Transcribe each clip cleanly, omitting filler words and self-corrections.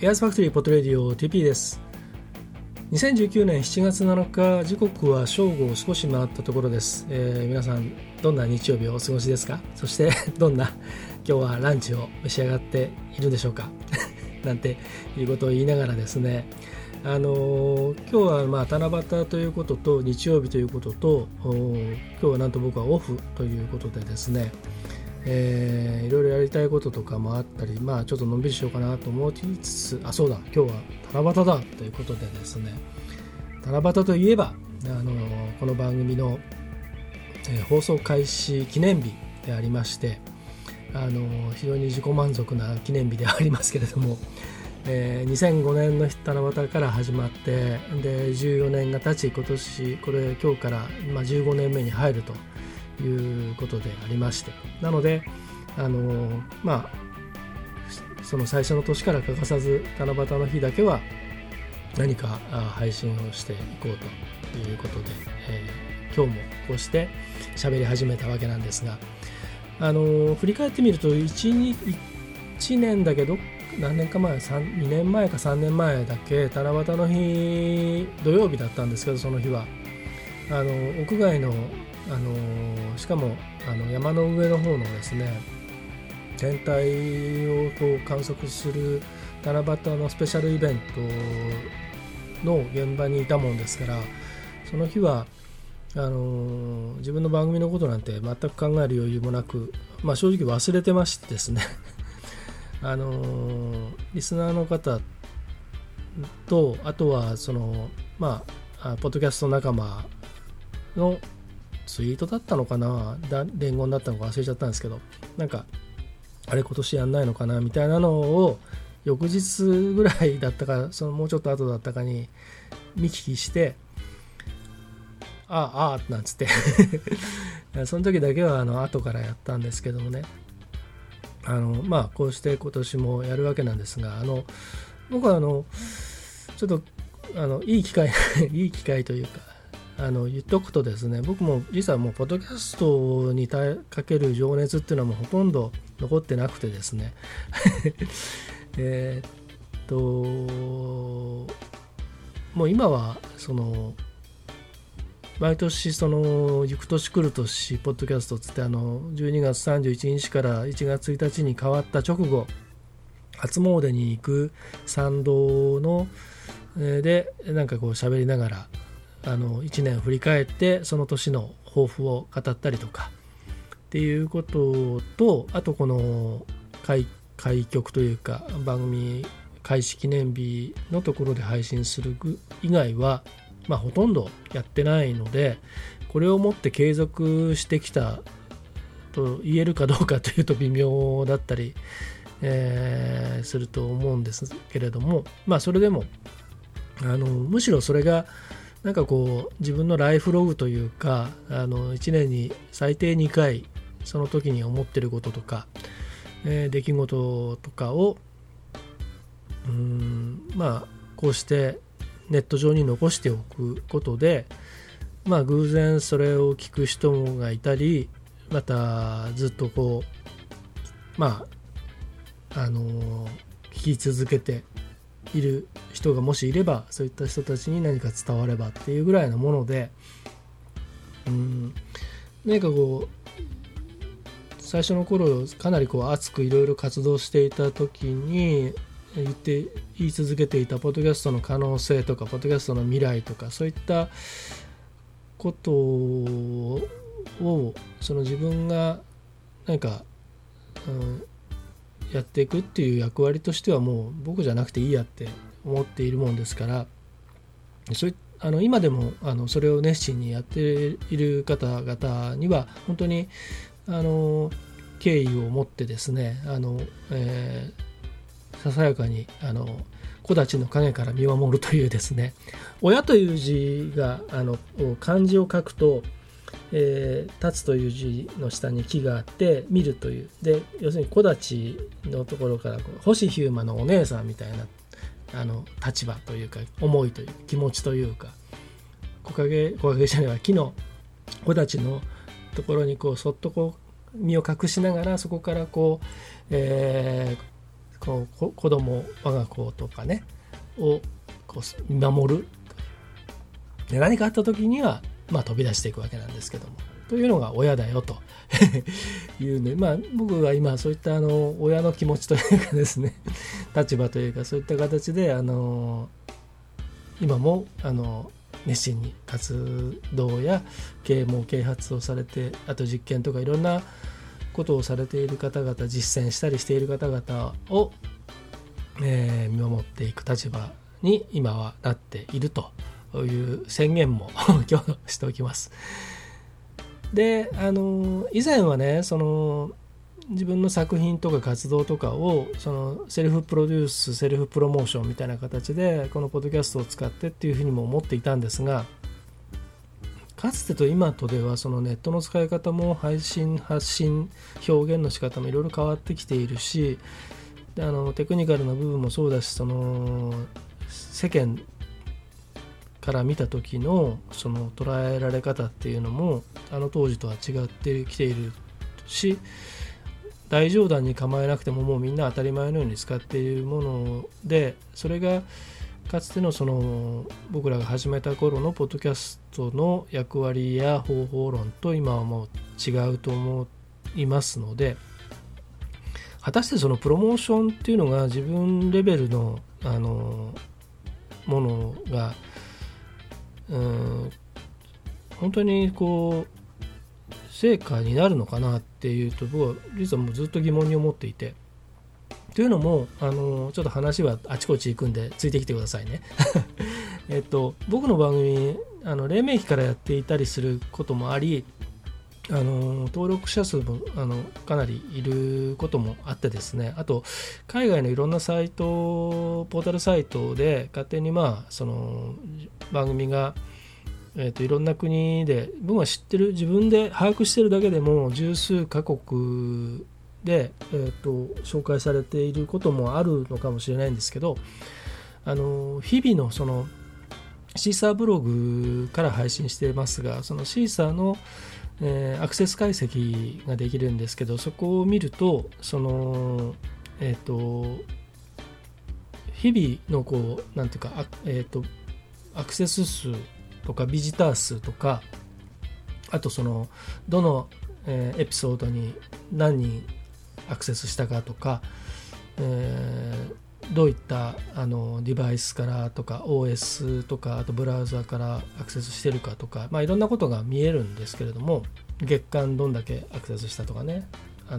エアーズファクトリーポッドレディオ TP です。2019年7月7日、時刻は正午を少し回ったところです。皆さんどんな日曜日をお過ごしですか？そしてどんな今日はランチを召し上がっているでしょうかなんていうことを言いながらですね、今日は七夕ということと日曜日ということと、今日はなんと僕はオフということでですね、いろいろやりたいこととかもあったり、ちょっとのんびりしようかなと思いつつ、そうだ、今日は七夕だということでですね、七夕といえばこの番組の、放送開始記念日でありまして、非常に自己満足な記念日でありますけれども、2005年の七夕から始まってで14年が経ち、今日から15年目に入るということでありまして、なのでその最初の年から欠かさず七夕の日だけは何か配信をしていこうということで、今日もこうして喋り始めたわけなんですが、振り返ってみると 1年だけど何年か前、2年前か3年前だけ七夕の日土曜日だったんですけど、その日は屋外のしかも山の上の方のですね、天体をこう観測する七夕のスペシャルイベントの現場にいたもんですから、その日は自分の番組のことなんて全く考える余裕もなく、正直忘れてましてですねリスナーの方と、あとはポッドキャスト仲間のツイートだったのかな、伝言だったのか忘れちゃったんですけど、なんかあれ今年やんないのかなみたいなのを翌日ぐらいだったか、もうちょっと後だったかに見聞きして、なんつってその時だけは後からやったんですけどもね、こうして今年もやるわけなんですが、僕はちょっといい機会というか言っとくとですね、僕も実はもうポッドキャストにかける情熱っていうのはもうほとんど残ってなくてですねもう今は毎年行く年来る年ポッドキャストつって12月31日から1月1日に変わった直後、初詣に行く参道のでなんかこう喋りながら1年振り返ってその年の抱負を語ったりとかっていうことと、あとこの開局というか番組開始記念日のところで配信する以外はほとんどやってないので、これをもって継続してきたと言えるかどうかというと微妙だったり、すると思うんですけれども、それでもむしろそれがなんかこう自分のライフログというか、1年に最低2回その時に思ってることとか、出来事とかをこうしてネット上に残しておくことで、偶然それを聞く人がいたり、またずっとこう聞き続けている人がもしいれば、そういった人たちに何か伝わればっていうぐらいのもので、何かこう最初の頃かなりこう熱くいろいろ活動していた時に言い続けていたポッドキャストの可能性とかポッドキャストの未来とか、そういったことを自分が何か、やっていくっていう役割としてはもう僕じゃなくていいやって思っているもんですから、今でもそれを熱心にやっている方々には本当に敬意を持ってですね、ささやかに木立の陰から見守るというですね、親という字が漢字を書くと、立つという字の下に木があって見るというで、要するに木立のところから星飛雄馬のお姉さんみたいな立場というか思いという気持ちというか、木陰じゃないわ、木の木立のところにそっと身を隠しながら、そこからこう子供我が子とかねをこう見守る。で何かあった時には、飛び出していくわけなんですけども、というのが親だよというね、僕は今そういった親の気持ちというかですね立場というかそういった形で今も熱心に活動や啓発をされて、あと実験とかいろんなことをされている方々、実践したりしている方々を、見守っていく立場に今はなっているという宣言も今日しておきます。で以前はね自分の作品とか活動とかをセルフプロデュース、セルフプロモーションみたいな形でこのポッドキャストを使ってっていうふうにも思っていたんですが、かつてと今とではそのネットの使い方も配信発信表現の仕方もいろいろ変わってきているし、でテクニカルな部分もそうだし、世間から見た時のその捉えられ方っていうのも当時とは違ってきているし、大冗談に構えなくてももうみんな当たり前のように使っているもので、それがかつての僕らが始めた頃のポッドキャストの役割や方法論と今はもう違うと思いますので、果たしてそのプロモーションっていうのが自分レベルのものが本当にこう成果になるのかなっていうと、僕は実はもうずっと疑問に思っていて、というのもちょっと話はあちこち行くんでついてきてくださいね僕の番組黎明期からやっていたりすることもあり、登録者数もかなりいることもあってですね、あと海外のいろんなサイト、ポータルサイトで勝手にその番組がいろんな国で僕が知ってる、自分で把握してるだけでも十数カ国で、紹介されていることもあるのかもしれないんですけど、日々のシーサーブログから配信していますが、そのシーサーの、アクセス解析ができるんですけど、そこを見ると日々のなんていうかアクセス数とかビジター数とか、あとどの、エピソードに何人アクセスしたかとか、どういったデバイスからとか OS とか、あとブラウザからアクセスしてるかとか、いろんなことが見えるんですけれども、月間どんだけアクセスしたとかね、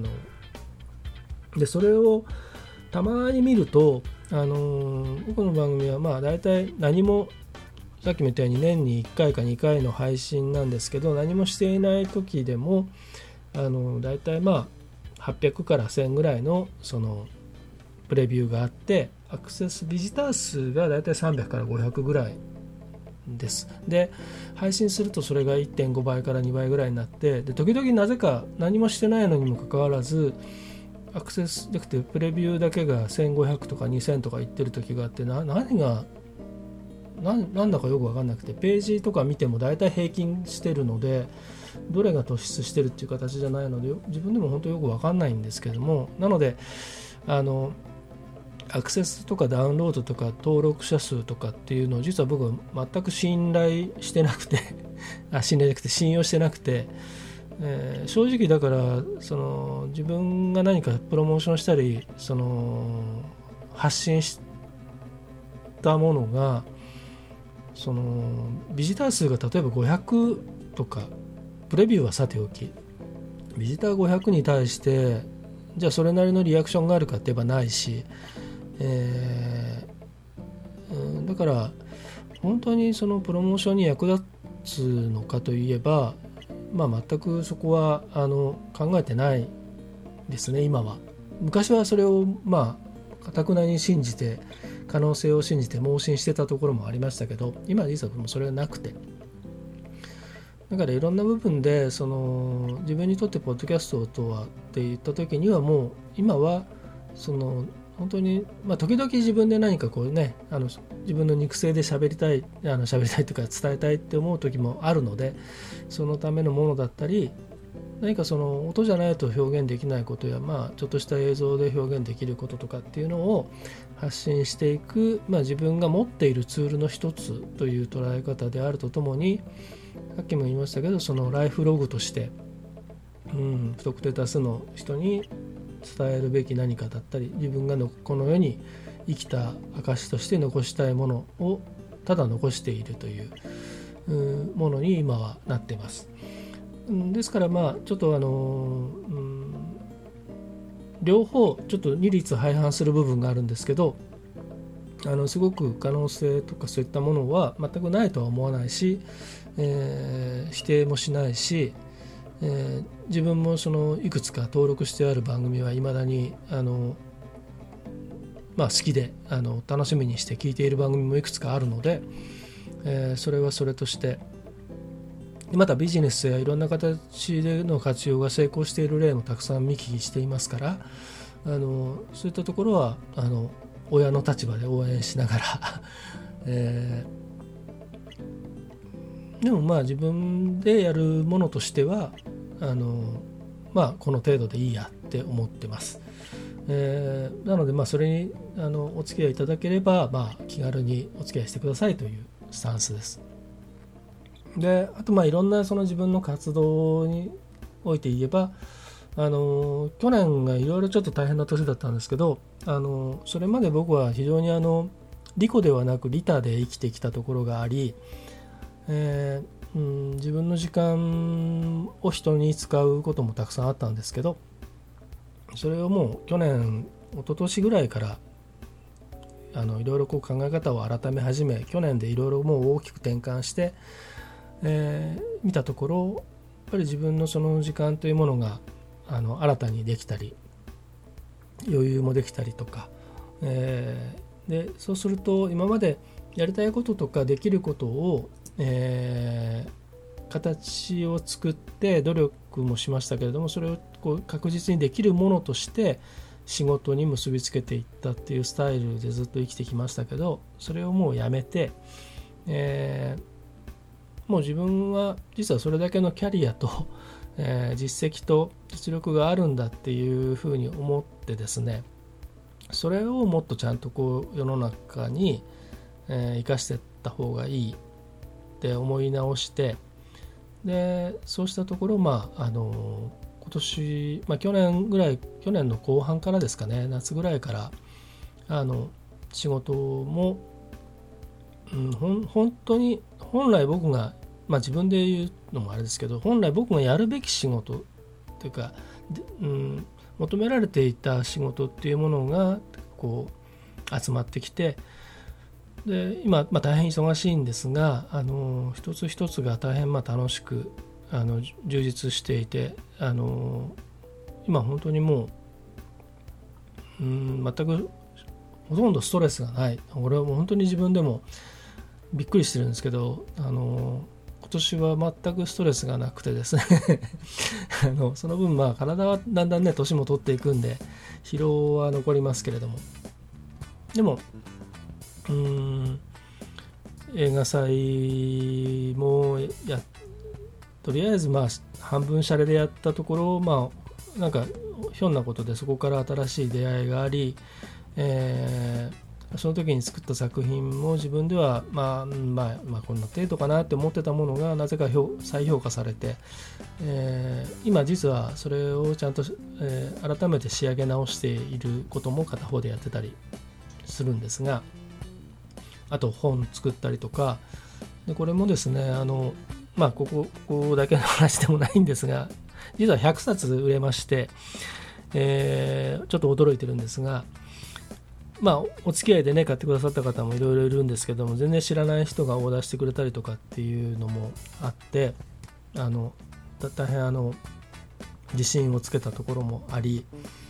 でそれをたまに見ると僕の番組はだいたい何も、さっきも言ったように年に1回か2回の配信なんですけど、何もしていない時でもだいたい800から1000ぐらいのプレビューがあって、アクセスビジター数がだいたい300から500ぐらいです。で配信するとそれが 1.5 倍から2倍ぐらいになって、で時々なぜか何もしてないのにもかかわらずアクセスできてプレビューだけが1500とか2000とかいってる時があって、何がなんだかよく分かんなくて、ページとか見ても大体平均してるので、どれが突出してるっていう形じゃないので自分でも本当よく分かんないんですけども、なのでアクセスとかダウンロードとか登録者数とかっていうのを実は僕は全く信頼してなくて信頼じゃなくて信用してなくて、正直だから自分が何かプロモーションしたり発信したものがビジター数が例えば500とか、プレビューはさておきビジター500に対してじゃあそれなりのリアクションがあるかって言えばないし、だから本当にプロモーションに役立つのかといえば、全くそこは考えてないですね。今は。昔はそれを堅くなに信じて、可能性を信じて盲信してたところもありましたけど、今は実はもうそれはなくて、だからいろんな部分で自分にとってポッドキャストとはって言った時には、もう今は本当に、時々自分で何か自分の肉声で喋りたいとか伝えたいって思う時もあるので、そのためのものだったり、 何かその音じゃないと表現できないことや、ちょっとした映像で表現できることとかっていうのを発信していく、自分が持っているツールの一つという捉え方であるとともに、さっきも言いましたけど、そのライフログとして、不特定多数の人に伝えるべき何かだったり、自分がこの世に生きた証として残したいものをただ残しているというものに今はなっています。ですからちょっと両方ちょっと二律背反する部分があるんですけど、すごく可能性とかそういったものは全くないとは思わないし、否定もしないし、自分もそのいくつか登録してある番組はいまだに好きで楽しみにして聞いている番組もいくつかあるので、それはそれとして、またビジネスやいろんな形での活用が成功している例もたくさん見聞きしていますから、そういったところは親の立場で応援しながらでも自分でやるものとしてはこの程度でいいやって思ってます。なのでそれにお付き合いいただければ、気軽にお付き合いしてくださいというスタンスです。であといろんなその自分の活動において言えば、去年がいろいろちょっと大変な年だったんですけど、それまで僕は非常に利己ではなく利他で生きてきたところがあり、自分の時間を人に使うこともたくさんあったんですけど、それをもう去年一昨年ぐらいからいろいろ考え方を改め始め、去年でいろいろもう大きく転換して見たところ、やっぱり自分のその時間というものが新たにできたり余裕もできたりとか、でそうすると今までやりたいこととかできることを、形を作って努力もしましたけれども、それを確実にできるものとして仕事に結びつけていったっていうスタイルでずっと生きてきましたけど、それをもうやめて、もう自分は実はそれだけのキャリアと、実績と実力があるんだっていうふうに思ってですね、それをもっとちゃんと世の中に、生かしていった方がいいって思い直して、でそうしたところ今年、去年の後半からですかね、夏ぐらいから仕事も、本当に本来僕が、自分で言うのもあれですけど、本来僕がやるべき仕事というか、求められていた仕事っていうものが集まってきて、で今、大変忙しいんですが、一つ一つが大変楽しく充実していて、今本当にもう、全くほとんどストレスがない。俺はもう本当に自分でもびっくりしてるんですけど、今年は全くストレスがなくてですねその分体はだんだんね年も取っていくんで疲労は残りますけれども、でも映画祭もとりあえず半分シャレでやったところ、なんかひょんなことでそこから新しい出会いがあり、その時に作った作品も自分ではこんな程度かなって思ってたものがなぜか再評価されて、今実はそれをちゃんと、改めて仕上げ直していることも片方でやってたりするんですが、あと本作ったりとかで、これもですねここだけの話でもないんですが、実は100冊売れまして、ちょっと驚いてるんですが、お付き合いでね買ってくださった方もいろいろいるんですけども、全然知らない人がオーダーしてくれたりとかっていうのもあって、大変自信をつけたところもあり、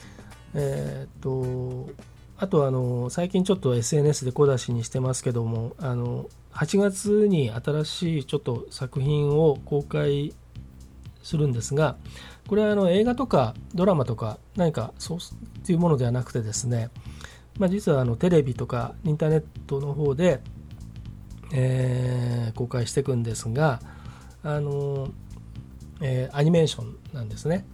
あと最近ちょっと SNS で小出しにしてますけども、8月に新しいちょっと作品を公開するんですが、これは映画とかドラマとか何かそうっていうものではなくてですね、実はテレビとかインターネットの方で、公開していくんですが、 アニメーションなんですね。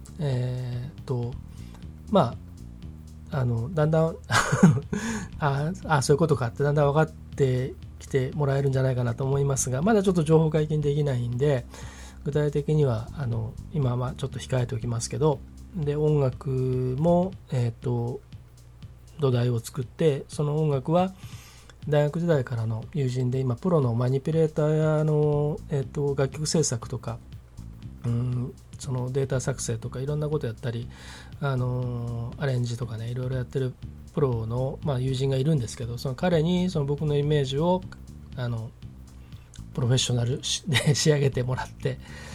まあだんだんそういうことかってだんだん分かってきてもらえるんじゃないかなと思いますが、まだちょっと情報解禁できないんで具体的には今はちょっと控えておきますけど、で音楽も、土台を作って、その音楽は大学時代からの友人で今プロのマニピュレーターや楽曲制作とか、そのデータ作成とかいろんなことやったり、アレンジとかねいろいろやってるプロの、友人がいるんですけど、その彼にその僕のイメージをプロフェッショナルで仕上げてもらって、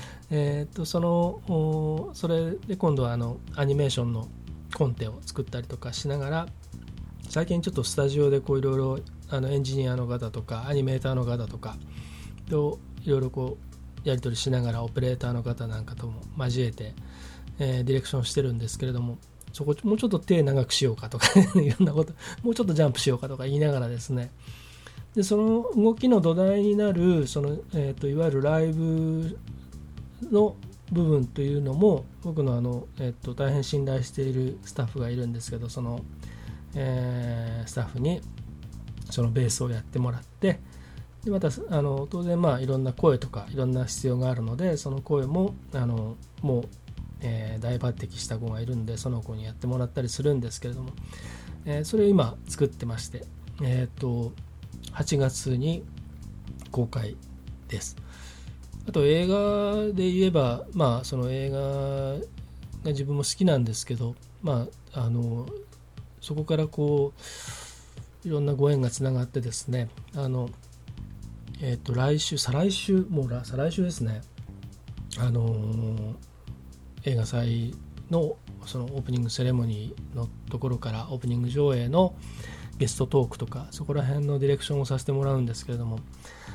それで今度はアニメーションのコンテを作ったりとかしながら、最近ちょっとスタジオでいろいろエンジニアの方とかアニメーターの方とかといろいろやり取りしながら、オペレーターの方なんかとも交えて、ディレクションしてるんですけれども、そこもうちょっと手長くしようかとかいろんなこと、もうちょっとジャンプしようかとか言いながらですね、でその動きの土台になるいわゆるライブの部分というのも、僕の大変信頼しているスタッフがいるんですけど、その、スタッフにそのベースをやってもらって、でまた当然いろんな声とかいろんな必要があるので、その声ももう、大抜擢した子がいるんで、その子にやってもらったりするんですけれども、それを今作ってまして、8月に公開です。あと映画で言えば、その映画が自分も好きなんですけど、そこからいろんなご縁がつながってですね、再来週ですね、映画祭のそのオープニングセレモニーのところからオープニング上映のゲストトークとか、そこら辺のディレクションをさせてもらうんですけれども、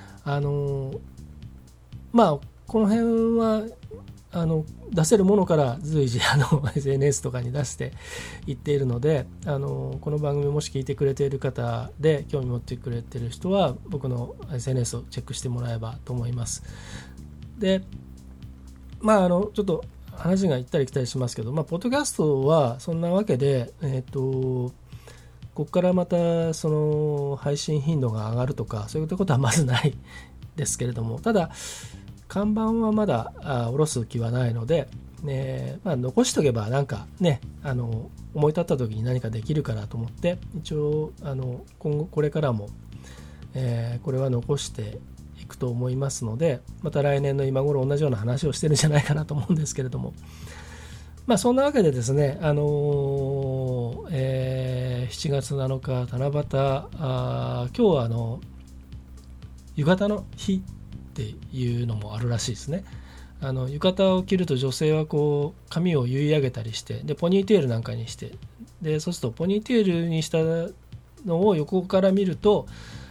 この辺は出せるものから随時SNS とかに出していっているので、この番組もし聞いてくれている方で興味持ってくれている人は僕の SNS をチェックしてもらえばと思います。でちょっと話が行ったり来たりしますけど、ポッドキャストはそんなわけで、ここからまたその配信頻度が上がるとかそういうことはまずないですけれども、ただ看板はまだ下ろす気はないので、残しとけばなんかね、思い立った時に何かできるかなと思って、一応今後これからも、これは残していくと思いますので、また来年の今頃同じような話をしてるんじゃないかなと思うんですけれども、そんなわけでですね、7月7日七夕、今日は浴衣の日っていうのもあるらしいですね。浴衣を着ると女性は髪を結い上げたりして、でポニーテールなんかにして、でそうするとポニーテールにしたのを横から見ると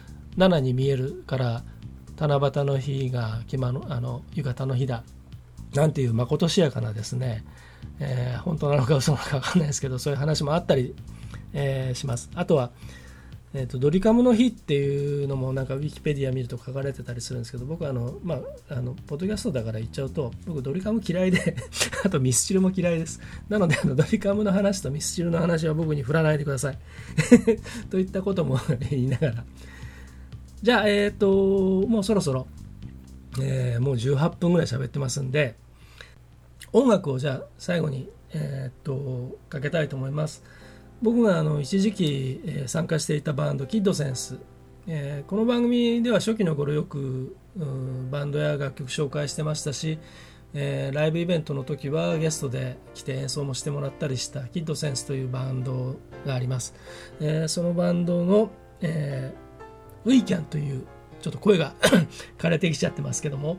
7に見えるから、七夕の日が浴衣の日だなんていうまことしやかなですね、本当なのか嘘なのか分かんないですけど、そういう話もあったり、します。あとはドリカムの日っていうのもなんかウィキペディア見ると書かれてたりするんですけど、僕はポッドキャストだから言っちゃうと、僕ドリカム嫌いであとミスチルも嫌いです。なのでドリカムの話とミスチルの話は僕に振らないでくださいといったことも言いながら、じゃあもうそろそろ、もう18分ぐらい喋ってますんで、音楽をじゃあ最後にかけたいと思います。僕が一時期参加していたバンドキッドセンス、この番組では初期の頃よくバンドや楽曲紹介してましたし、ライブイベントの時はゲストで来て演奏もしてもらったりしたキッドセンスというバンドがあります。そのバンドの、ウィキャンという、ちょっと声が枯れてきちゃってますけども、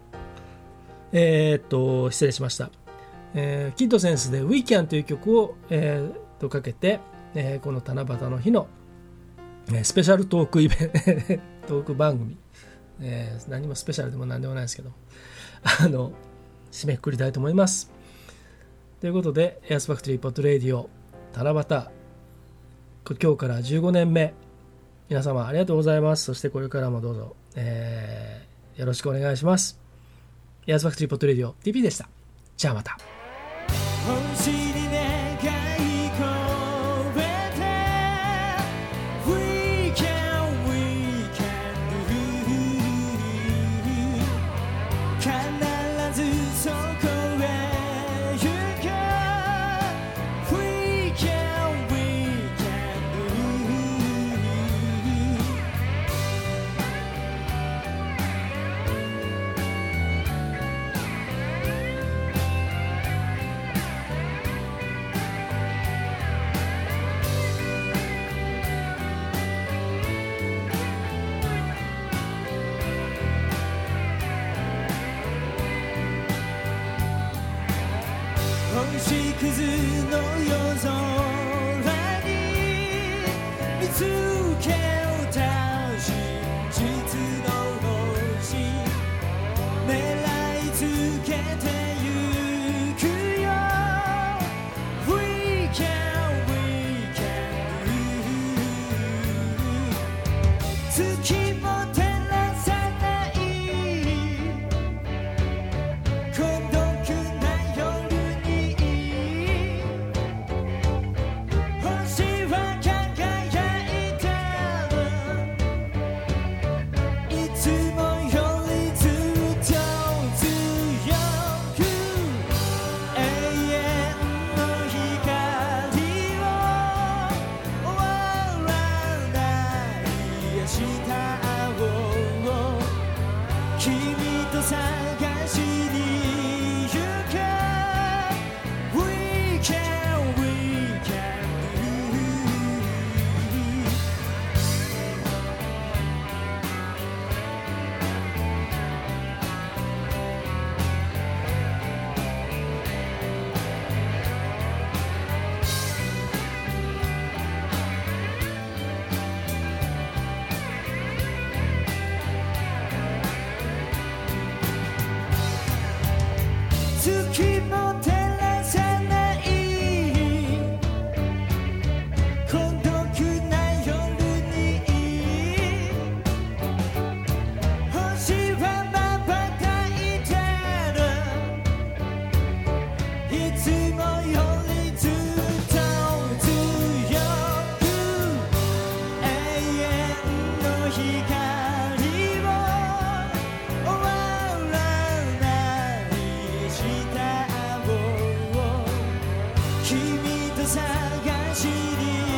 失礼しました。キッドセンスでウィキャンという曲を、かけて、この七夕の日の、スペシャルトークイベントトーク番組、何もスペシャルでも何でもないですけど締めくくりたいと思います。ということで、エアスファクトリーポッドレディオ七夕、今日から15年目、皆様ありがとうございます。そしてこれからもどうぞ、よろしくお願いします。エアスファクトリーポッドレディオ TP でした。 じゃあまた。 星に願い込めて We can do 必ずそこへ行こう We can do 星屑の夜空に見つけた真実の星狙いつけてゆくよ We can do 月も照らさない孤独な夜に星は輝いてるいつもよりずっと強く永遠の光を終わらない明日を君と探しに行こう We can do 月も照らさない孤独な夜に星は瞬いてるいつもよりずっと強く永遠の光を終わらない明日を君と探しに